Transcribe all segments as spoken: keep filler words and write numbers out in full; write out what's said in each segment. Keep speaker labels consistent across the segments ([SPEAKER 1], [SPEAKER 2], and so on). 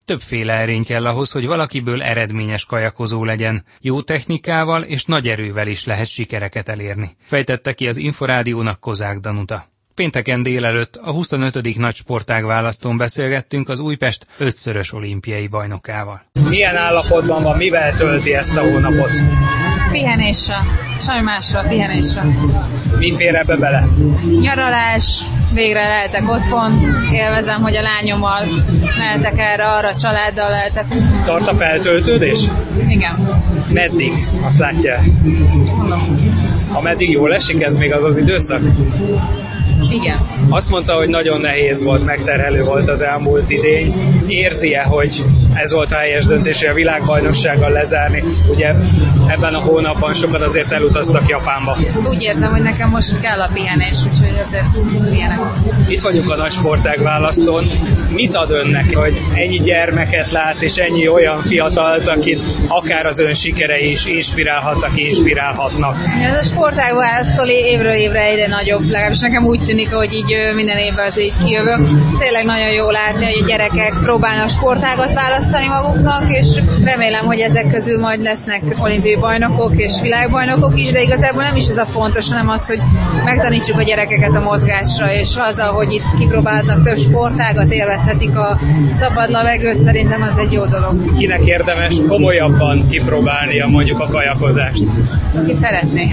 [SPEAKER 1] Többféle erény kell ahhoz, hogy valakiből eredményes kajakozó legyen. Jó technikával és nagy erővel is lehet sikereket elérni, fejtette ki az Inforádiónak Kozák Danuta. Pénteken délelőtt a huszonötödik nagy sportág választón beszélgettünk az Újpest ötszörös olimpiai bajnokával.
[SPEAKER 2] Milyen állapotban van, mivel tölti ezt a hónapot?
[SPEAKER 3] Pihenéssel, semmi mással, pihenéssel.
[SPEAKER 2] Mi fér ebbe bele?
[SPEAKER 3] Nyaralás, végre lehetek otthon, élvezem, hogy a lányommal lehetek erre, arra, a családdal lehetek.
[SPEAKER 2] Tart a feltöltődés?
[SPEAKER 3] Igen.
[SPEAKER 2] Meddig? Azt látja?
[SPEAKER 3] Mondom.
[SPEAKER 2] Ha meddig jól esik, ez még az az időszak?
[SPEAKER 3] Igen.
[SPEAKER 2] Azt mondta, hogy nagyon nehéz volt, megterhelő volt az elmúlt idény. Érzi-e, hogy ez volt a helyes döntés, hogy a világbajnoksággal lezárni? Ugye ebben a hónapban sokan azért elutaztak Japánba.
[SPEAKER 3] Úgy érzem, hogy nekem most kell a pihenés, úgyhogy azért pihenek.
[SPEAKER 2] Itt vagyunk a nagy sportág választón. Mit ad önnek, hogy ennyi gyermeket lát, és ennyi olyan fiatalt, akit akár az ön sikerei is inspirálhatnak, inspirálhatnak?
[SPEAKER 3] Ez a sportág választó évről évre egyre nagyobb, legalábbis nekem úgy tűnik, hogy így minden évben az így kijövök. Tényleg nagyon jó látni, hogy a gyerekek próbálnak sportágat választani maguknak, és remélem, hogy ezek közül majd lesznek olimpiai bajnokok és világbajnokok is, de igazából nem is ez a fontos, hanem az, hogy megtanítsuk a gyerekeket a mozgásra, és azzal, hogy itt kipróbálnak több sportágat, élvezhetik a szabad levegőt, szerintem az egy jó dolog.
[SPEAKER 2] Kinek érdemes komolyabban kipróbálnia mondjuk a kajakozást?
[SPEAKER 3] Ki szeretné.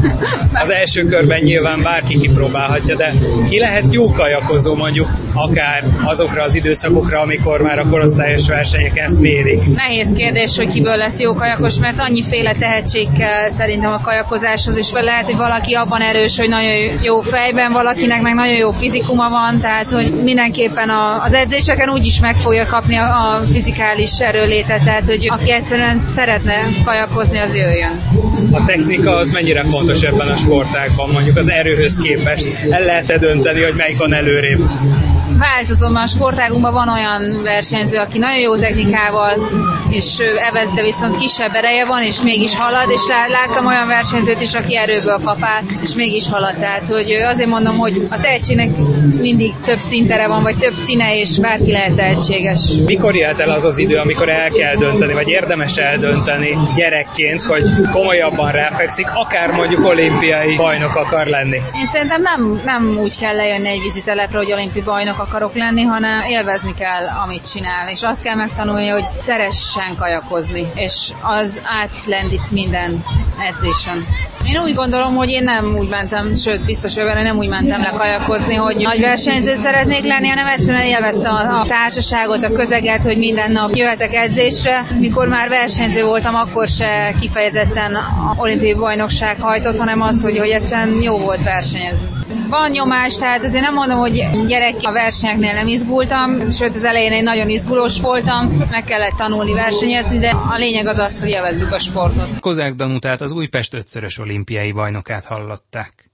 [SPEAKER 2] Az első körben nyilván bárki kipróbálhatja, de ki lehet jó kajakozó mondjuk akár azokra az időszakokra, amikor már a korosztályos versenyek ezt mérik?
[SPEAKER 3] Nehéz kérdés, hogy kiből lesz jó kajakos, mert annyiféle tehetség kell szerintem a kajakozáshoz, és lehet, hogy valaki abban erős, hogy nagyon jó fejben, valakinek meg nagyon jó fizikuma van, tehát hogy mindenképpen a, az edzéseken úgyis meg fogja kapni a, a fizikális erőlétet, tehát hogy aki egyszerűen szeretne kajakozni, az jöjjön.
[SPEAKER 2] A technika az mennyire fontos ebben a sportágban, mondjuk az erőhöz képest? El lehet-e dönteni, hogy melyik van előrébb?
[SPEAKER 3] Változó, mert a sportágunkban van olyan versenyző, aki nagyon jó technikával és evez, de viszont kisebb ereje van, és mégis halad, és láttam olyan versenyzőt is, aki erőből kapál, és mégis halad. Tehát, hogy azért mondom, hogy a tehetségnek mindig több szintere van, vagy több színe, és bárki lehet tehetséges.
[SPEAKER 2] Mikor jött el az az idő, amikor el kell dönteni, vagy érdemes eldönteni gyerekként, hogy komolyabban ráfekszik, akár mondjuk olimpiai bajnok akar lenni?
[SPEAKER 3] Én szerintem nem, nem úgy kell lejönni egy vízitelepre, hogy olimpiai bajnok akarok lenni, hanem élvezni kell, amit csinál, és azt kell megtanulni, hogy szeressen kajakozni, és az átlendít minden edzésen. Én úgy gondolom, hogy én nem úgy mentem, sőt, biztos, hogy nem úgy mentem le kajakozni, hogy nagy versenyző szeretnék lenni, hanem egyszerűen élveztem a, a társaságot, a közeget, hogy minden nap jöhetek edzésre. Mikor már versenyző voltam, akkor se kifejezetten a olimpiai bajnokság hajtott, hanem az, hogy, hogy egyszerűen jó volt versenyezni. Van nyomás, tehát azért nem mondom, hogy gyerek a versenyeknél nem izgultam, sőt az elején én nagyon izgulós voltam, meg kellett tanulni versenyezni, de a lényeg az az, hogy élvezzük a sportot.
[SPEAKER 1] Kozák Danutát, az Újpest ötszörös olimpiai bajnokát hallották.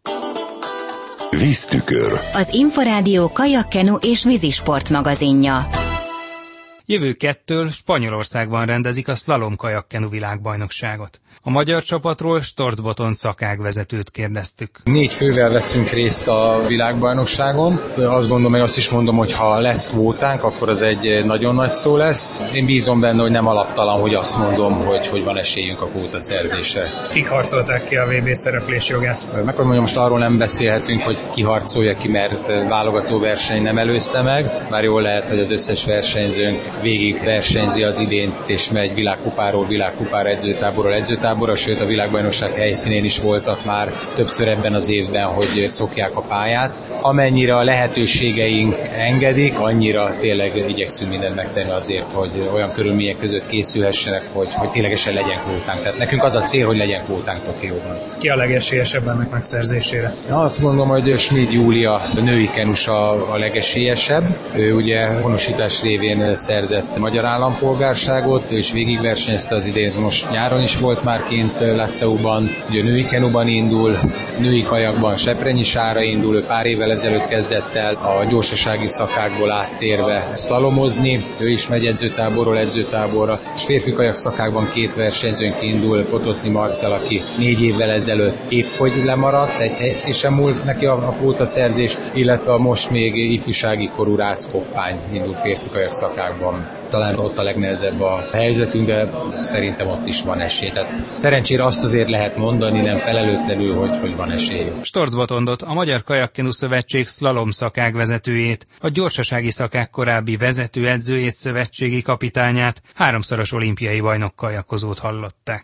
[SPEAKER 4] Víztükör.
[SPEAKER 5] Az Inforádió kajakkenu és vízisport magazinja.
[SPEAKER 1] Jövő kettől Spanyolországban rendezik a szlalom kajakkenu világbajnokságot. A magyar csapatról Storz Botond szakágvezetőt kérdeztük.
[SPEAKER 6] Négy fővel veszünk részt a világbajnokságon. Azt gondolom, meg azt is mondom, hogy ha lesz kvótánk, akkor az egy nagyon nagy szó lesz. Én bízom benne, hogy nem alaptalan, hogy azt mondom, hogy, hogy van esélyünk a kvóta szerzésre.
[SPEAKER 2] Kik harcolták ki a vé bé szereplés jogát?
[SPEAKER 6] Meg hogy mondjam, most arról nem beszélhetünk, hogy ki harcolja ki, mert válogató verseny nem előzte meg. Már jól lehet, hogy az összes versenyzőnk végig versenyzi az idént, és megy világkupáról világkupára, edzőtáborról edzőtáborra, sőt a világbajnokság helyszínén is voltak már többször ebben az évben, hogy szokják a pályát. Amennyire a lehetőségeink engedik, annyira tényleg igyekszünk mindent megtenni azért, hogy olyan körülmények között készülhessenek, hogy, hogy ténylegesen legyen kvótánk. Tehát nekünk az a cél, hogy legyen kvótánk Tokióban.
[SPEAKER 2] Ki a legesélyesebb ennek megszerzésére?
[SPEAKER 6] Azt gondolom, hogy Schmid Júlia, a női kenus a, a legesélyesebb. Ő ugye honosítás révén szerzett magyar állampolgárságot, ő is végigversenyezte az idén, most nyáron is volt már kint Lassauban, ugye női kenuban indul, női kajakban Seprenyi Sára indul, ő pár évvel ezelőtt kezdett el a gyorsasági szakákból áttérve szlalomozni, ő is megy edzőtáborról edzőtáborra, és férfi kajak szakákban két versenyzőnk indul, Potosny Marcel, aki négy évvel ezelőtt épp hogy lemaradt, egy hely sem múlt neki a, a kvótaszerzés, illetve a most még ifjúsági korú Rácz Koppány indul férfi kajak szakákban Amerikában. Talán ott a legnehezebb a helyzetünk, de szerintem ott is van esély. Tehát szerencsére azt azért lehet mondani, nem felelőtlenül, hogy, hogy van esély.
[SPEAKER 1] Storz Botondot, a Magyar Kajakkenu Szövetség szlalom szakág vezetőjét, a gyorsasági szakák korábbi vezetőedzőjét, szövetségi kapitányát, háromszoros olimpiai bajnok kajakkozót hallották.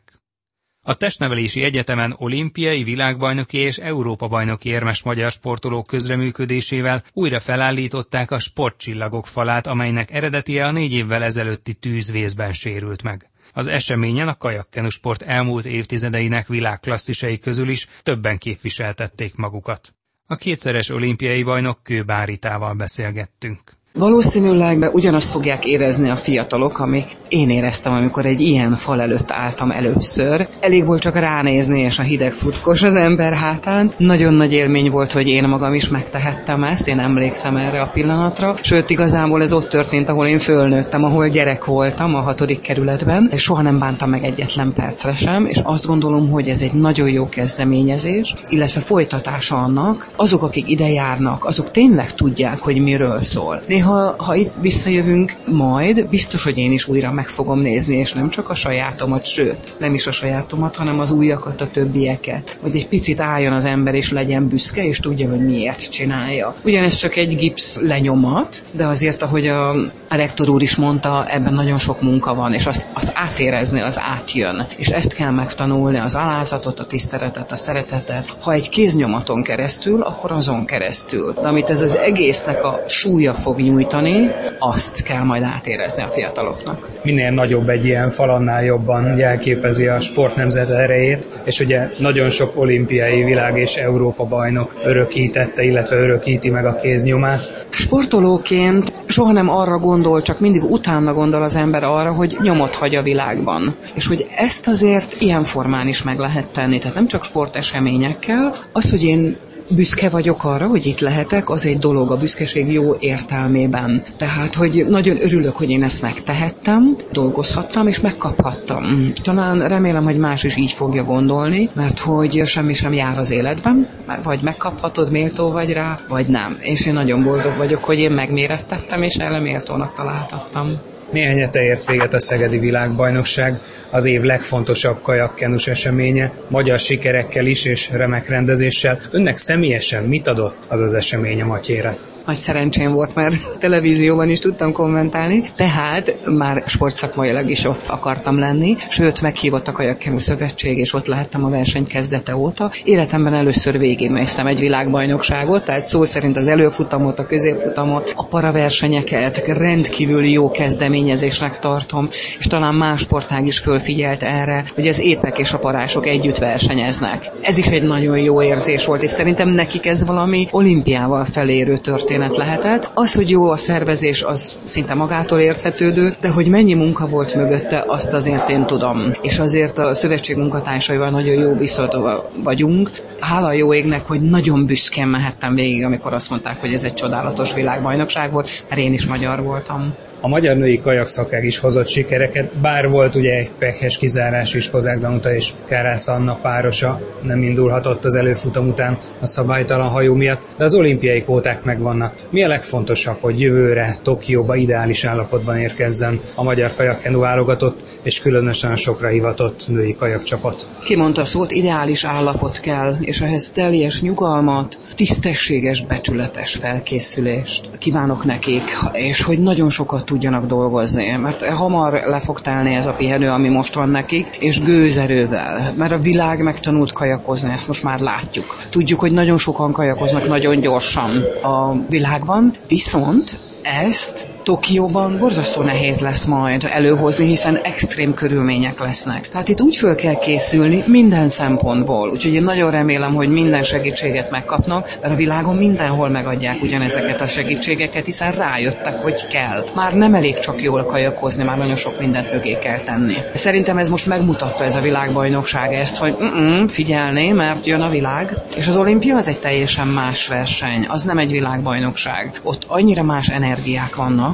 [SPEAKER 1] A Testnevelési Egyetemen olimpiai, világbajnoki és Európa-bajnoki érmes magyar sportolók közreműködésével újra felállították a Sportcsillagok falát, amelynek eredetie a négy évvel ezelőtti tűzvészben sérült meg. Az eseményen a kajakkenusport elmúlt évtizedeinek világklasszisei közül is többen képviseltették magukat. A kétszeres olimpiai bajnok Kő Báritával beszélgettünk.
[SPEAKER 4] Valószínűleg ugyanazt fogják érezni a fiatalok, amik én éreztem, amikor egy ilyen fal előtt álltam először. Elég volt csak ránézni, és a hideg futkos az ember hátán. Nagyon nagy élmény volt, hogy én magam is megtehettem ezt, én emlékszem erre a pillanatra. Sőt, igazából ez ott történt, ahol én fölnőttem, ahol gyerek voltam, a hatodik kerületben, és soha nem bántam meg egyetlen percre sem, és azt gondolom, hogy ez egy nagyon jó kezdeményezés, illetve folytatása annak. Azok, akik ide járnak, azok tényleg tudják, hogy miről szól. Ha, ha itt visszajövünk majd, biztos, hogy én is újra meg fogom nézni, és nem csak a sajátomat, sőt, nem is a sajátomat, hanem az újakat, a többieket. Hogy egy picit álljon az ember, és legyen büszke, és tudja, hogy miért csinálja. Ugyanez csak egy gipsz lenyomat, de azért, ahogy a, a rektor úr is mondta, ebben nagyon sok munka van, és azt, azt átérezni, az átjön. És ezt kell megtanulni, az alázatot, a tiszteletet, a szeretetet. Ha egy kéznyomaton keresztül, akkor azon keresztül. De amit ez az egésznek a súlya fog nyújtani, azt kell majd átérezni a fiataloknak.
[SPEAKER 2] Minél nagyobb egy ilyen fal, annál jobban jelképezi a sport nemzet erejét, és ugye nagyon sok olimpiai, világ és Európa bajnok örökítette, illetve örökíti meg a kéznyomát.
[SPEAKER 4] Sportolóként soha nem arra gondol, csak mindig utána gondol az ember arra, hogy nyomot hagy a világban. És hogy ezt azért ilyen formán is meg lehet tenni, tehát nem csak sporteseményekkel, az, hogy én büszke vagyok arra, hogy itt lehetek, az egy dolog a büszkeség jó értelmében. Tehát, hogy nagyon örülök, hogy én ezt megtehettem, dolgozhattam és megkaphattam. Talán remélem, hogy más is így fogja gondolni, mert hogy semmi sem jár az életben, vagy megkaphatod, méltó vagy rá, vagy nem. És én nagyon boldog vagyok, hogy én megmérettettem, és erre méltónak találtattam.
[SPEAKER 2] Néhány hete ért véget a Szegedi Világbajnokság, az év legfontosabb kajakkenus eseménye, magyar sikerekkel is és remek rendezéssel. Önnek személyesen mit adott az az esemény a Matyére?
[SPEAKER 4] Nagy szerencsém volt, mert a televízióban is tudtam kommentálni, tehát már sportszakmailag is ott akartam lenni, sőt meghívott a Kajakkenu Szövetség, és ott lehettem a verseny kezdete óta. Életemben először végignéztem egy világbajnokságot, tehát szó szerint az előfutamot, a középfutamot, a paraversenyeket rendkívül jó kezdeményezésnek tartom, és talán más sportág is fölfigyelt erre, hogy az épek és a parások együtt versenyeznek. Ez is egy nagyon jó érzés volt, és szerintem nekik ez valami olimpiával felérő történet lehetett. Az, hogy jó a szervezés, az szinte magától értetődő, de hogy mennyi munka volt mögötte, azt azért én tudom. És azért a szövetség munkatársaival nagyon jó viszonyban vagyunk. Hála jó égnek, hogy nagyon büszkén mehettem végig, amikor azt mondták, hogy ez egy csodálatos világbajnokság volt, mert én is magyar voltam.
[SPEAKER 2] A magyar női kajakszakág is hozott sikereket, bár volt ugye egy pekhes kizárás is, Kozák Danuta és Kárász Anna párosa nem indulhatott az előfutam után a szabálytalan hajó miatt, de az olimpiai kvóták megvannak. Mi a legfontosabb, hogy jövőre Tokióba ideális állapotban érkezzen a magyar kajakkenu válogatott, és különösen a sokra hivatott női kajakcsapat?
[SPEAKER 4] Kimondta a szót, ideális állapot kell, és ehhez teljes nyugalmat, tisztességes, becsületes felkészülést kívánok nekik, és hogy nagyon sokat tudjanak dolgozni, mert hamar le fog telni ez a pihenő, ami most van nekik, és gőzerővel, mert a világ megtanult kajakozni, ezt most már látjuk. Tudjuk, hogy nagyon sokan kajakoznak nagyon gyorsan a világban, viszont ezt Tokióban borzasztó nehéz lesz majd előhozni, hiszen extrém körülmények lesznek. Tehát itt úgy föl kell készülni minden szempontból. Úgyhogy én nagyon remélem, hogy minden segítséget megkapnak, mert a világon mindenhol megadják ugyanezeket a segítségeket, hiszen rájöttek, hogy kell. Már nem elég csak jól kajakozni, már nagyon sok mindent mögé kell tenni. Szerintem ez most megmutatta ez a világbajnokság ezt, hogy figyelni, mert jön a világ, és az olimpia az egy teljesen más verseny, az nem egy világbajnokság. Ott annyira más energiák vannak,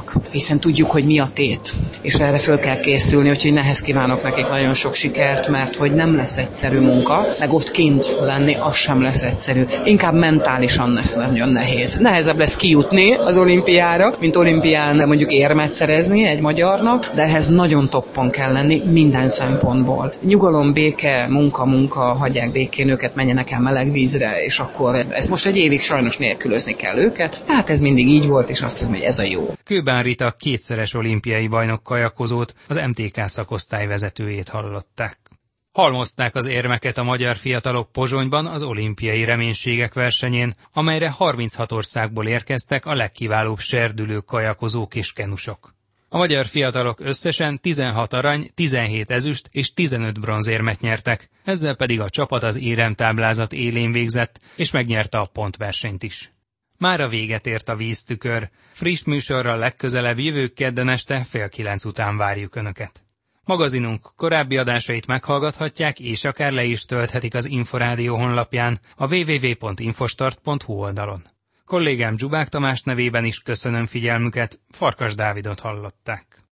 [SPEAKER 4] vannak, hiszen tudjuk, hogy mi a tét, és erre föl kell készülni, úgyhogy nehez kívánok nekik nagyon sok sikert, mert hogy nem lesz egyszerű munka, meg ott kint lenni, az sem lesz egyszerű. Inkább mentálisan lesz nagyon nehéz. Nehezebb lesz kijutni az olimpiára, mint olimpián mondjuk érmet szerezni egy magyarnak, de ehhez nagyon toppon kell lenni minden szempontból. Nyugalom, béke, munka, munka, hagyják békén őket, menjenek el meleg vízre, és akkor ez most egy évig sajnos nélkülözni kell őket. Hát ez mindig így volt, és azt hiszem, hogy ez a jó.
[SPEAKER 1] Kőbán Rita kétszeres olimpiai bajnok kajakozót, az em té ká szakosztály vezetőjét hallották. Halmozták az érmeket a magyar fiatalok Pozsonyban az olimpiai reménységek versenyén, amelyre harminchat országból érkeztek a legkiválóbb serdülő kajakozók és kenusok. A magyar fiatalok összesen tizenhat arany, tizenhét ezüst és tizenöt bronzérmet nyertek, ezzel pedig a csapat az éremtáblázat élén végzett, és megnyerte a pontversenyt is. Mára véget ért a víztükör. Friss műsorral legközelebb jövő kedden este fél kilenc után várjuk Önöket. Magazinunk korábbi adásait meghallgathatják, és akár le is tölthetik az Inforádió honlapján, a double-u double-u double-u pont infostart pont hu oldalon. Kollégám Zsubák Tamás nevében is köszönöm figyelmüket, Farkas Dávidot hallották.